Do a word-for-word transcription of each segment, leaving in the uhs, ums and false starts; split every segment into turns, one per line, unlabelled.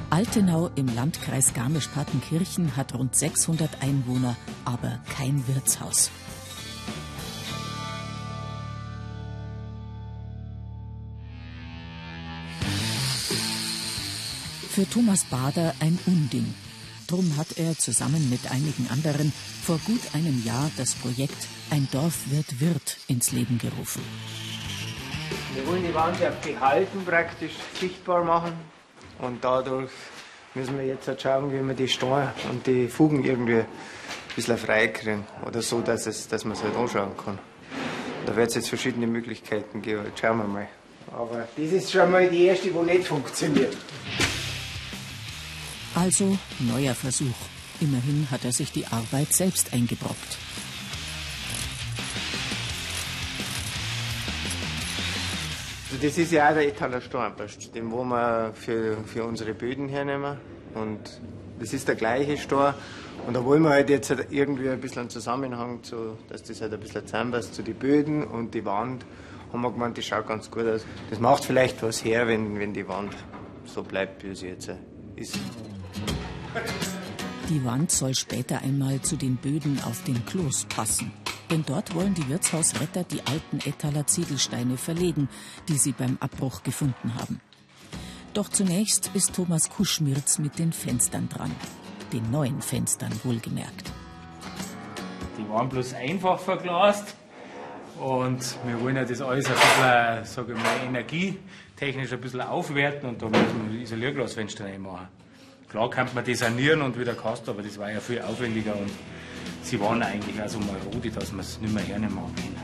Altenau im Landkreis Garmisch-Partenkirchen hat rund sechshundert Einwohner, aber kein Wirtshaus. Für Thomas Bader ein Unding. Drum hat er zusammen mit einigen anderen vor gut einem Jahr das Projekt Ein Dorf wird Wirt ins Leben gerufen.
Wir wollen die Wand ja behalten, praktisch sichtbar machen. Und dadurch müssen wir jetzt halt schauen, wie wir die Steine und die Fugen irgendwie ein bisschen frei kriegen. Oder so, dass, es, dass man es halt anschauen kann. Da wird es jetzt verschiedene Möglichkeiten geben. Jetzt schauen wir mal. Aber das ist schon mal die erste, die nicht funktioniert.
Also neuer Versuch. Immerhin hat er sich die Arbeit selbst eingebrockt.
Das ist ja auch der Etaler Stein, den wo wir für, für unsere Böden hernehmen. Und das ist der gleiche Stein. Und da wollen wir halt jetzt halt irgendwie ein bisschen einen Zusammenhang, zu, dass das halt ein bisschen zusammenpasst zu den Böden und die Wand. Haben wir gemeint, das schaut ganz gut aus. Das macht vielleicht was her, wenn, wenn die Wand so bleibt, wie sie jetzt ist.
Die Wand soll später einmal zu den Böden auf den Klos passen. Denn dort wollen die Wirtshausretter die alten Etaler Ziegelsteine verlegen, die sie beim Abbruch gefunden haben. Doch zunächst ist Thomas Kuschmirz mit den Fenstern dran. Den neuen Fenstern wohlgemerkt.
Die waren bloß einfach verglast. Und wir wollen ja das alles ein bisschen, sag ich mal, energietechnisch ein bisschen aufwerten. Und da müssen wir Isolierglasfenster reinmachen. Klar kann man das sanieren und wieder kasten, aber das war ja viel aufwendiger und sie waren eigentlich auch so marode, dass man es nicht mehr hernehmen können.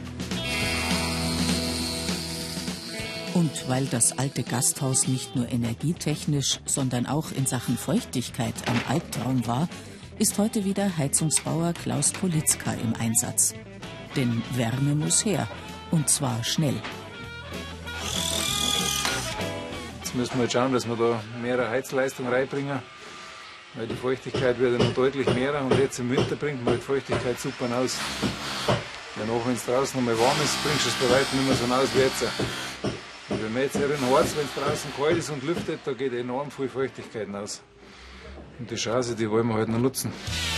Und weil das alte Gasthaus nicht nur energietechnisch, sondern auch in Sachen Feuchtigkeit ein Albtraum war, ist heute wieder Heizungsbauer Klaus Politzka im Einsatz. Denn Wärme muss her, und zwar schnell.
Jetzt müssen wir schauen, dass wir da mehr Heizleistung reinbringen, weil die Feuchtigkeit wird ja noch deutlich mehr und jetzt im Winter bringt man die Feuchtigkeit super aus. Danach, wenn es draußen noch mal warm ist, bringst du es bei weitem nicht mehr so aus wie jetzt. Und wenn man jetzt hier in Harz, wenn es draußen kalt ist und lüftet, da geht enorm viel Feuchtigkeit aus. Und die Chance, die wollen wir halt noch nutzen.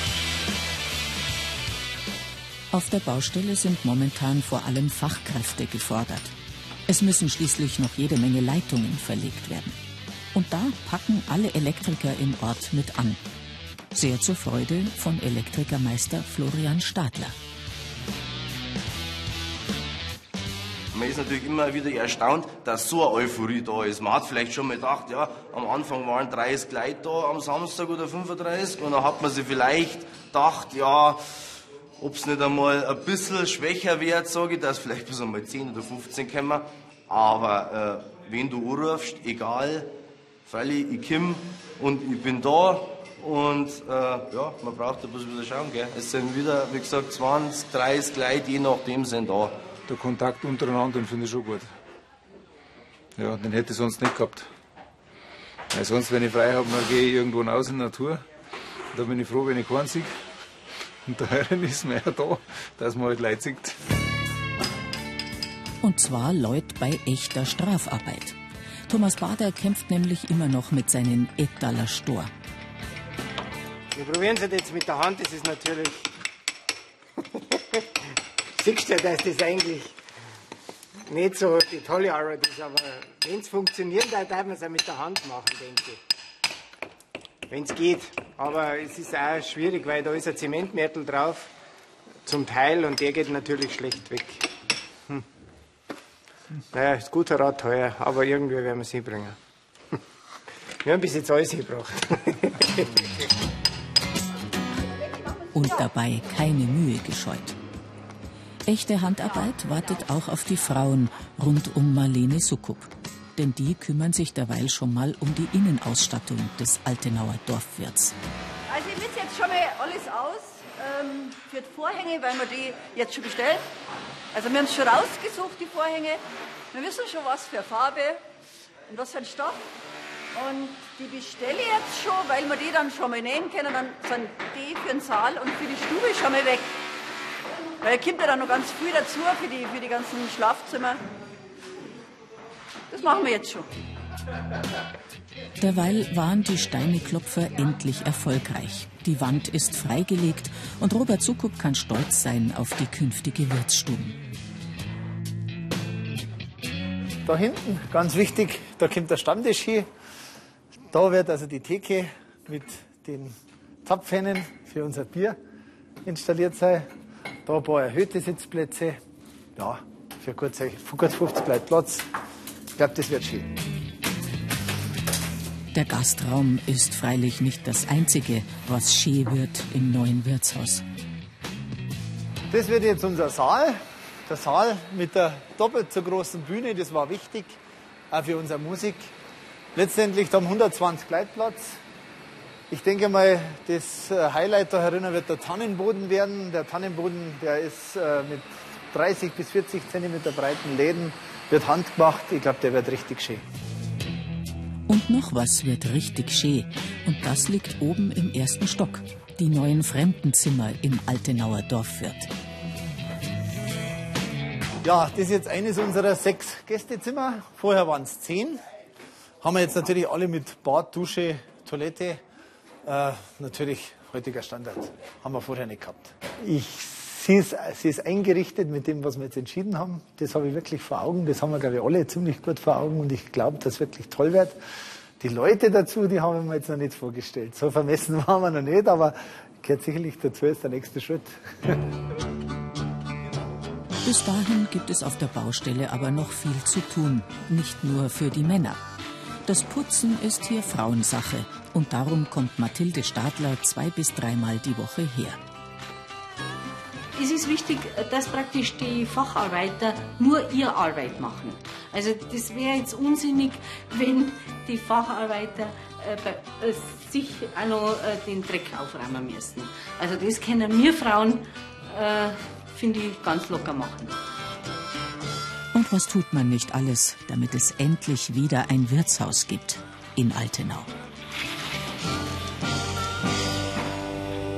Auf der Baustelle sind momentan vor allem Fachkräfte gefordert. Es müssen schließlich noch jede Menge Leitungen verlegt werden. Und da packen alle Elektriker im Ort mit an. Sehr zur Freude von Elektrikermeister Florian Stadler.
Man ist natürlich immer wieder erstaunt, dass so eine Euphorie da ist. Man hat vielleicht schon mal gedacht, ja, am Anfang waren dreißig Leute da am Samstag oder fünfunddreißig und dann hat man sich vielleicht gedacht, ja, ob es nicht einmal ein bisschen schwächer wird, sage ich, dass vielleicht bis einmal zehn oder fünfzehn kommen. Aber äh, wenn du anrufst, egal, völlig, ich komme und ich bin da. Und äh, ja, man braucht da bloß wieder schauen, gell. Es sind wieder, wie gesagt, zwanzig, dreißig Leute, je nachdem sind da.
Der Kontakt untereinander, den finde ich schon gut. Ja, den hätte ich sonst nicht gehabt. Weil sonst, wenn ich frei habe, dann gehe ich irgendwo raus in die Natur. Da bin ich froh, wenn ich keinen sehe. Und daher ist man ja da, dass man halt Leute sieht.
Und zwar Leute bei echter Strafarbeit. Thomas Bader kämpft nämlich immer noch mit seinen Etaler Stor.
Wir probieren es jetzt mit der Hand, das ist natürlich... Siehst du, dass das eigentlich nicht so die tolle Arbeit ist, aber wenn es funktioniert, dann darf man es auch mit der Hand machen, denke ich. Wenn es geht. Aber es ist auch schwierig, weil da ist ein Zementmörtel drauf, zum Teil, und der geht natürlich schlecht weg. Hm. Naja, ist guter Rat teuer, aber irgendwie werden wir es hinbringen. Wir haben bis jetzt alles hingebracht.
Und dabei keine Mühe gescheut. Echte Handarbeit wartet auch auf die Frauen rund um Marlene Sukup. Denn die kümmern sich derweil schon mal um die Innenausstattung des Altenauer Dorfwirts.
Also ich mische jetzt schon mal alles aus ähm, für die Vorhänge, weil wir die jetzt schon bestellen. Also wir haben es schon rausgesucht, die Vorhänge. Wir wissen schon, was für Farbe und was für ein Stoff. Und die bestelle ich jetzt schon, weil wir die dann schon mal nähen können. Dann sind die für den Saal und für die Stube schon mal weg. Weil da kommt ja dann noch ganz viel dazu für die, für die ganzen Schlafzimmer. Das machen wir jetzt schon.
Derweil waren die Steineklopfer endlich erfolgreich. Die Wand ist freigelegt und Robert Sukup kann stolz sein auf die künftige Wirtsstuben.
Da hinten, ganz wichtig, da kommt der Stammtisch hin. Da wird also die Theke mit den Zapfhähnen für unser Bier installiert sein. Da ein paar erhöhte Sitzplätze. Ja, für gut, für gut fünfzig bleibt Platz. Ich glaube, das wird schön.
Der Gastraum ist freilich nicht das Einzige, was schön wird im neuen Wirtshaus.
Das wird jetzt unser Saal. Der Saal mit der doppelt so großen Bühne, das war wichtig, auch für unsere Musik. Letztendlich haben hundertzwanzig Leute Platz. Ich denke mal, das Highlight da herinnen wird der Tannenboden werden. Der Tannenboden, der ist mit dreißig bis vierzig Zentimeter breiten Läden, wird handgemacht. Ich glaube, der wird richtig schön.
Und noch was wird richtig schön. Und das liegt oben im ersten Stock. Die neuen Fremdenzimmer im Altenauer Dorfwirt.
Ja, das ist jetzt eines unserer sechs Gästezimmer. Vorher waren es zehn. Haben wir jetzt natürlich alle mit Bad, Dusche, Toilette. Äh, natürlich heutiger Standard. Haben wir vorher nicht gehabt. Ich, sie, ist, sie ist eingerichtet mit dem, was wir jetzt entschieden haben. Das habe ich wirklich vor Augen. Das haben wir, glaube ich, alle ziemlich gut vor Augen. Und ich glaube, dass es wirklich toll wird. Die Leute dazu, die haben wir jetzt noch nicht vorgestellt. So vermessen waren wir noch nicht, aber gehört sicherlich dazu, ist der nächste Schritt.
Bis dahin gibt es auf der Baustelle aber noch viel zu tun, nicht nur für die Männer. Das Putzen ist hier Frauensache und darum kommt Mathilde Stadler zwei bis dreimal die Woche her.
Es ist wichtig, dass praktisch die Facharbeiter nur ihre Arbeit machen. Also das wäre jetzt unsinnig, wenn die Facharbeiter äh, bei, äh, sich auch noch äh, den Dreck aufräumen müssen. Also das können wir Frauen, äh, finde ich, ganz locker machen.
Und was tut man nicht alles, damit es endlich wieder ein Wirtshaus gibt in Altenau?